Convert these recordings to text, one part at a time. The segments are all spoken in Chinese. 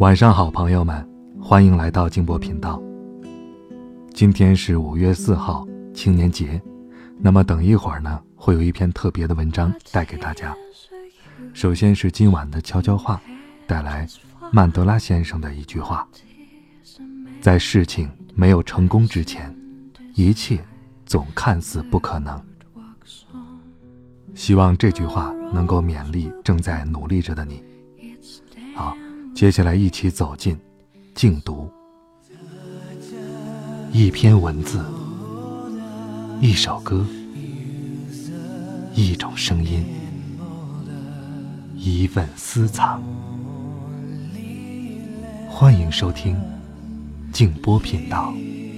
晚上好，朋友们，欢迎来到静波频道。今天是5月4号，青年节。那么等一会儿呢，会有一篇特别的文章带给大家。首先是今晚的悄悄话，带来曼德拉先生的一句话：在事情没有成功之前，一切总看似不可能。希望这句话能够勉励正在努力着的你。好，接下来一起走进静读。一篇文字，一首歌，一种声音，一份私藏。欢迎收听静波频道。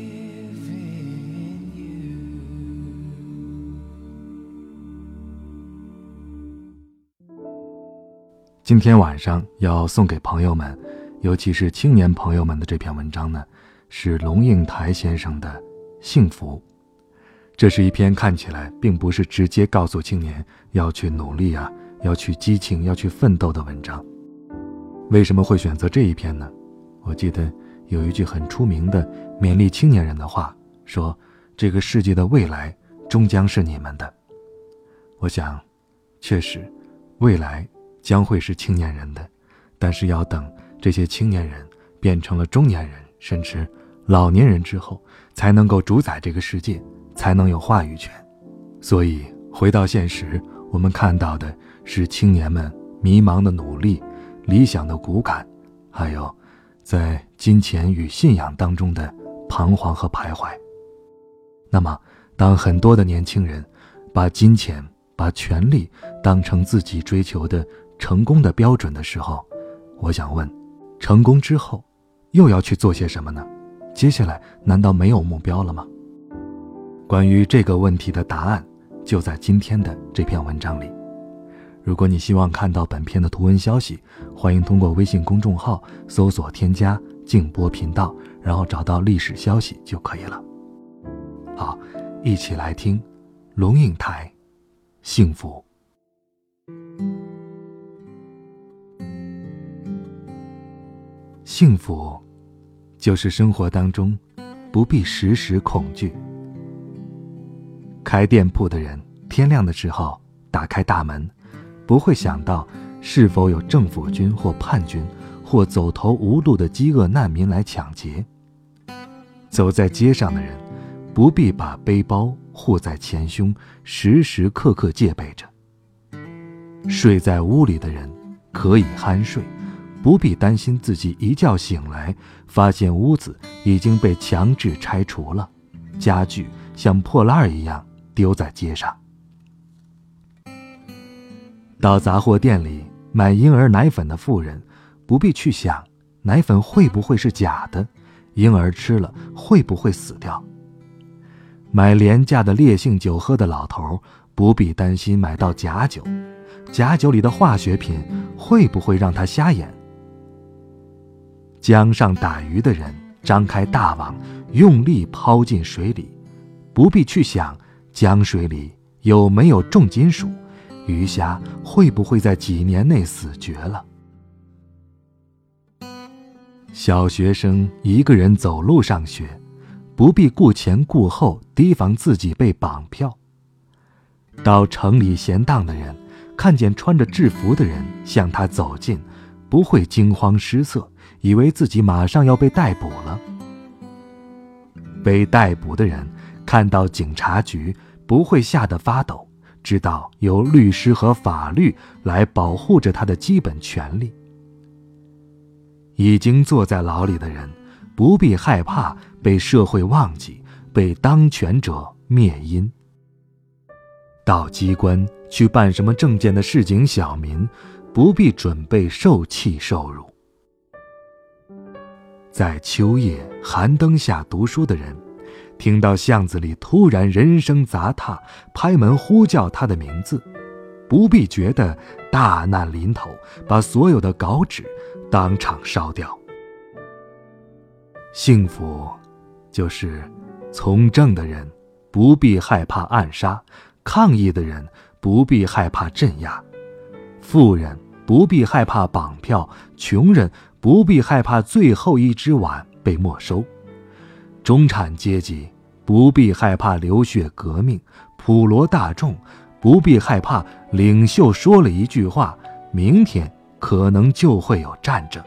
今天晚上要送给朋友们，尤其是青年朋友们的这篇文章呢，是龙应台先生的《幸福》。这是一篇看起来并不是直接告诉青年要去努力啊，要去激情，要去奋斗的文章。为什么会选择这一篇呢？我记得有一句很出名的勉励青年人的话，说这个世界的未来终将是你们的。我想确实未来将会是青年人的，但是要等这些青年人变成了中年人甚至老年人之后，才能够主宰这个世界，才能有话语权。所以回到现实，我们看到的是青年们迷茫的努力，理想的骨感，还有在金钱与信仰当中的彷徨和徘徊。那么当很多的年轻人把金钱把权力当成自己追求的成功的标准的时候，我想问，成功之后又要去做些什么呢？接下来难道没有目标了吗？关于这个问题的答案就在今天的这篇文章里。如果你希望看到本篇的图文消息，欢迎通过微信公众号搜索添加静波频道，然后找到历史消息就可以了。好，一起来听龙应台幸福。幸福就是生活当中不必时时恐惧。开店铺的人天亮的时候打开大门，不会想到是否有政府军或叛军或走投无路的饥饿难民来抢劫。走在街上的人不必把背包护在前胸，时时刻刻戒备着。睡在屋里的人可以酣睡，不必担心自己一觉醒来发现屋子已经被强制拆除了，家具像破烂一样丢在街上。到杂货店里买婴儿奶粉的妇人不必去想奶粉会不会是假的，婴儿吃了会不会死掉。买廉价的烈性酒喝的老头不必担心买到假酒，假酒里的化学品会不会让他瞎眼。江上打鱼的人张开大网，用力抛进水里，不必去想江水里有没有重金属，鱼虾会不会在几年内死绝了。小学生一个人走路上学，不必顾前顾后，提防自己被绑票。到城里闲荡的人看见穿着制服的人向他走近，不会惊慌失色，以为自己马上要被逮捕了。被逮捕的人看到警察局不会吓得发抖，知道有律师和法律来保护着他的基本权利。已经坐在牢里的人不必害怕被社会忘记，被当权者灭音。到机关去办什么证件的市井小民不必准备受气受辱。在秋夜寒灯下读书的人听到巷子里突然人声杂沓，拍门呼叫他的名字，不必觉得大难临头，把所有的稿纸当场烧掉。幸福就是从政的人不必害怕暗杀，抗议的人不必害怕镇压，富人不必害怕绑票，穷人不必害怕最后一只碗被没收；中产阶级不必害怕流血革命；普罗大众不必害怕领袖说了一句话，明天可能就会有战争。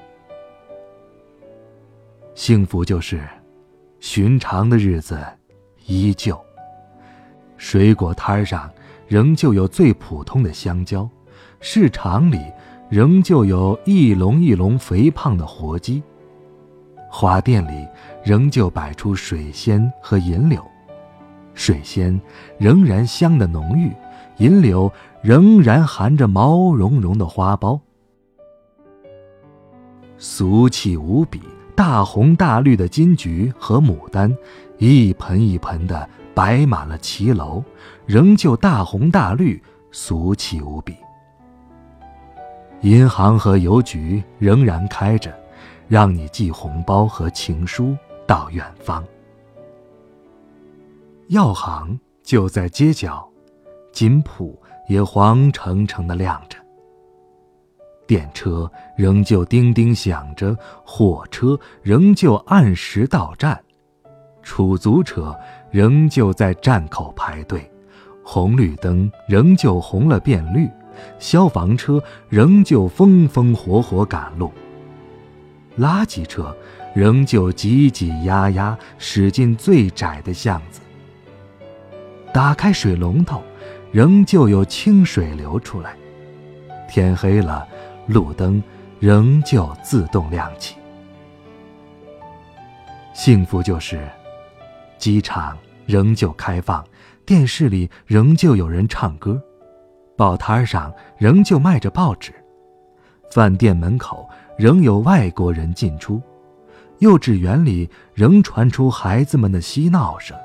幸福就是寻常的日子依旧，水果摊上仍旧有最普通的香蕉，市场里仍旧有一笼一笼肥胖的活鸡，花店里仍旧摆出水仙和银柳，水仙仍然香得浓郁，银柳仍然含着毛茸茸的花苞。俗气无比，大红大绿的金桔和牡丹一盆一盆地摆满了骑楼，仍旧大红大绿，俗气无比。银行和邮局仍然开着，让你寄红包和情书到远方。药行就在街角，金铺也黄澄澄地亮着。电车仍旧叮叮响着，火车仍旧按时到站，出租车仍旧在站口排队，红绿灯仍旧红了变绿，消防车仍旧风风火火赶路，垃圾车仍旧挤挤压压驶进最窄的巷子。打开水龙头，仍旧有清水流出来。天黑了，路灯仍旧自动亮起。幸福就是机场仍旧开放，电视里仍旧有人唱歌，报摊上仍旧卖着报纸，饭店门口仍有外国人进出，幼稚园里仍传出孩子们的嬉闹声。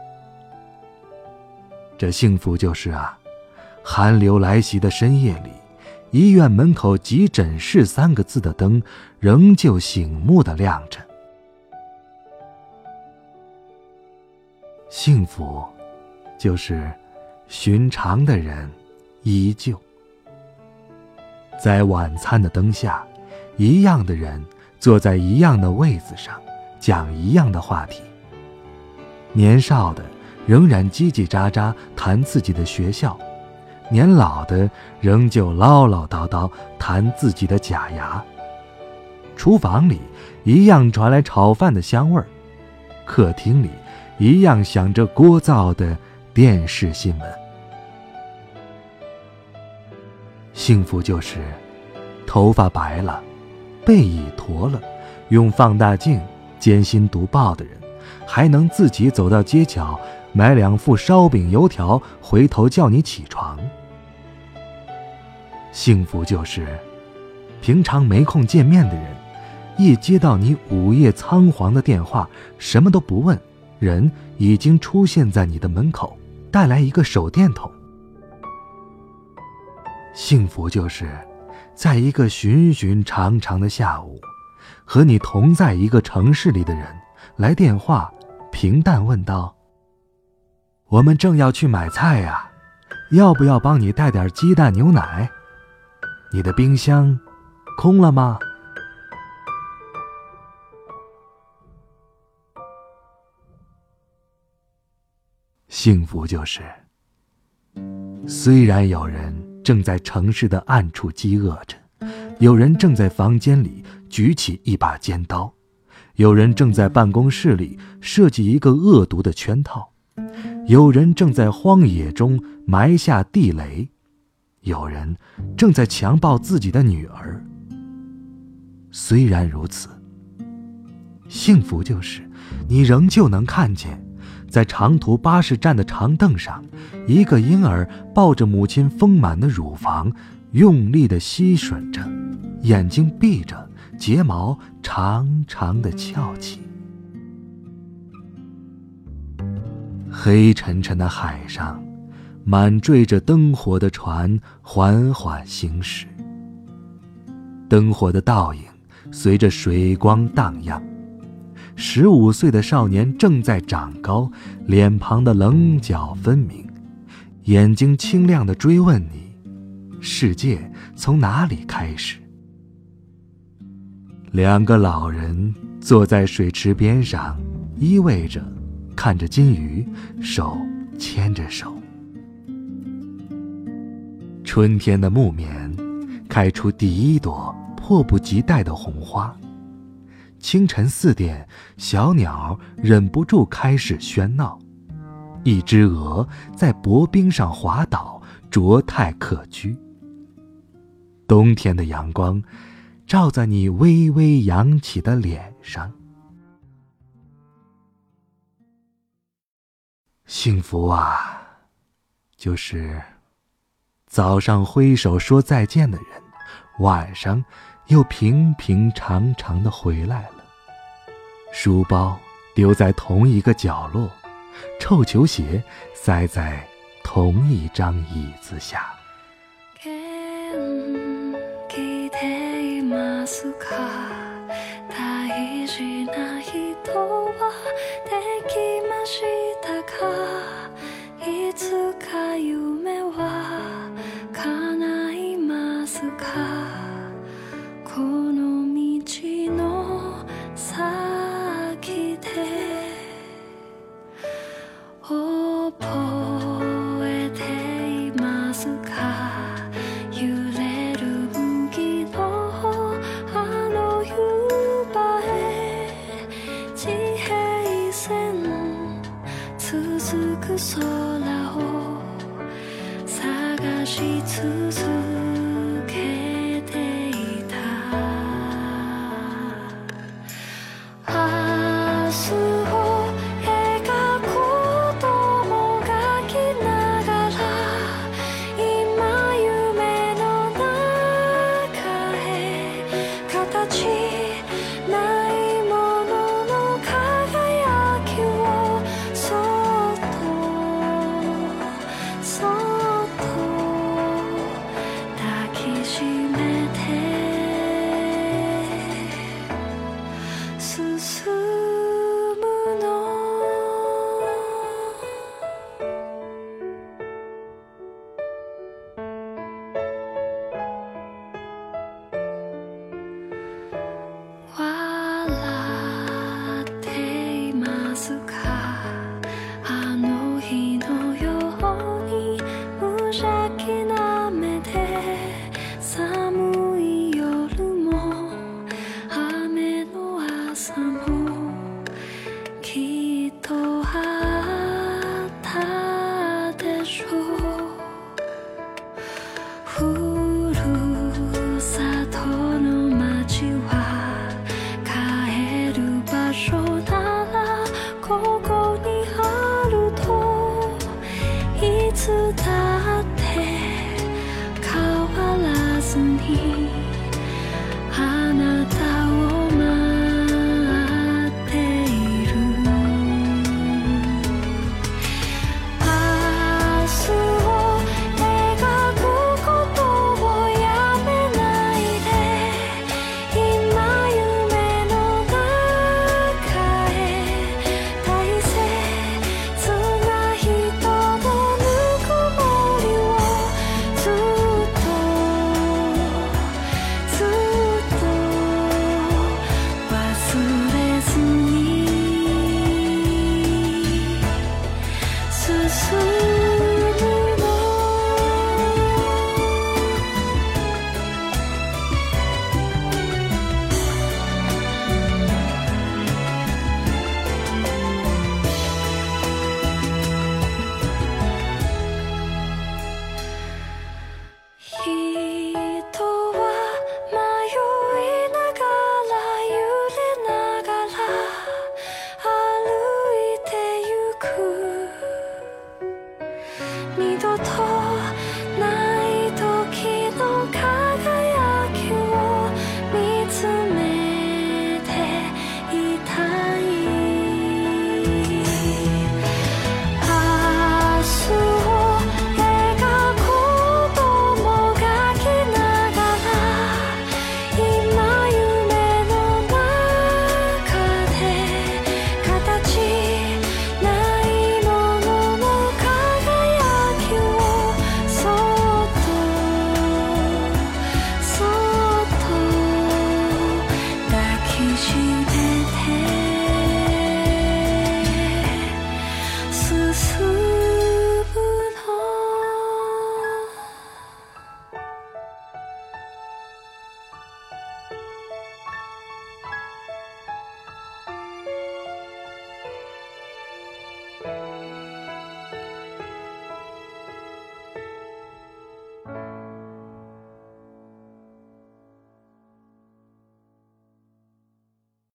这幸福就是啊，寒流来袭的深夜里，医院门口急诊室3个字的灯仍旧醒目地亮着。幸福就是寻常的人依旧。在晚餐的灯下，一样的人坐在一样的位子上，讲一样的话题。年少的仍然叽叽喳喳谈自己的学校，年老的仍旧唠唠叨叨谈自己的假牙。厨房里一样传来炒饭的香味儿，客厅里一样响着聒噪的电视新闻。幸福就是头发白了，背已驼了，用放大镜艰辛读报的人，还能自己走到街角买2副烧饼油条，回头叫你起床。幸福就是平常没空见面的人，一接到你午夜仓皇的电话，什么都不问，人已经出现在你的门口，带来一个手电筒。幸福就是在一个寻寻常常的下午，和你同在一个城市里的人来电话，平淡问道：我们正要去买菜呀，要不要帮你带点鸡蛋牛奶？你的冰箱空了吗？幸福就是虽然有人正在城市的暗处饥饿着，有人正在房间里举起一把尖刀，有人正在办公室里设计一个恶毒的圈套，有人正在荒野中埋下地雷，有人正在强暴自己的女儿。虽然如此，幸福就是你仍旧能看见，在长途巴士站的长凳上，一个婴儿抱着母亲丰满的乳房，用力地吸吮着，眼睛闭着，睫毛长长的翘起。黑沉沉的海上，满缀着灯火的船缓缓行驶，灯火的倒影随着水光荡漾。15岁的少年正在长高，脸庞的棱角分明，眼睛清亮地追问你：世界从哪里开始？ 两个老人坐在水池边上，依偎着，看着金鱼，手牵着手。春天的木棉开出第一朵迫不及待的红花。清晨4点，小鸟忍不住开始喧闹。一只鹅在薄冰上滑倒，卓态可掬。冬天的阳光照在你微微扬起的脸上。幸福啊，就是早上挥手说再见的人，晚上又平平常常地回来了。书包丢在同一个角落，臭球鞋塞在同一张椅子下。 続く空を探し続け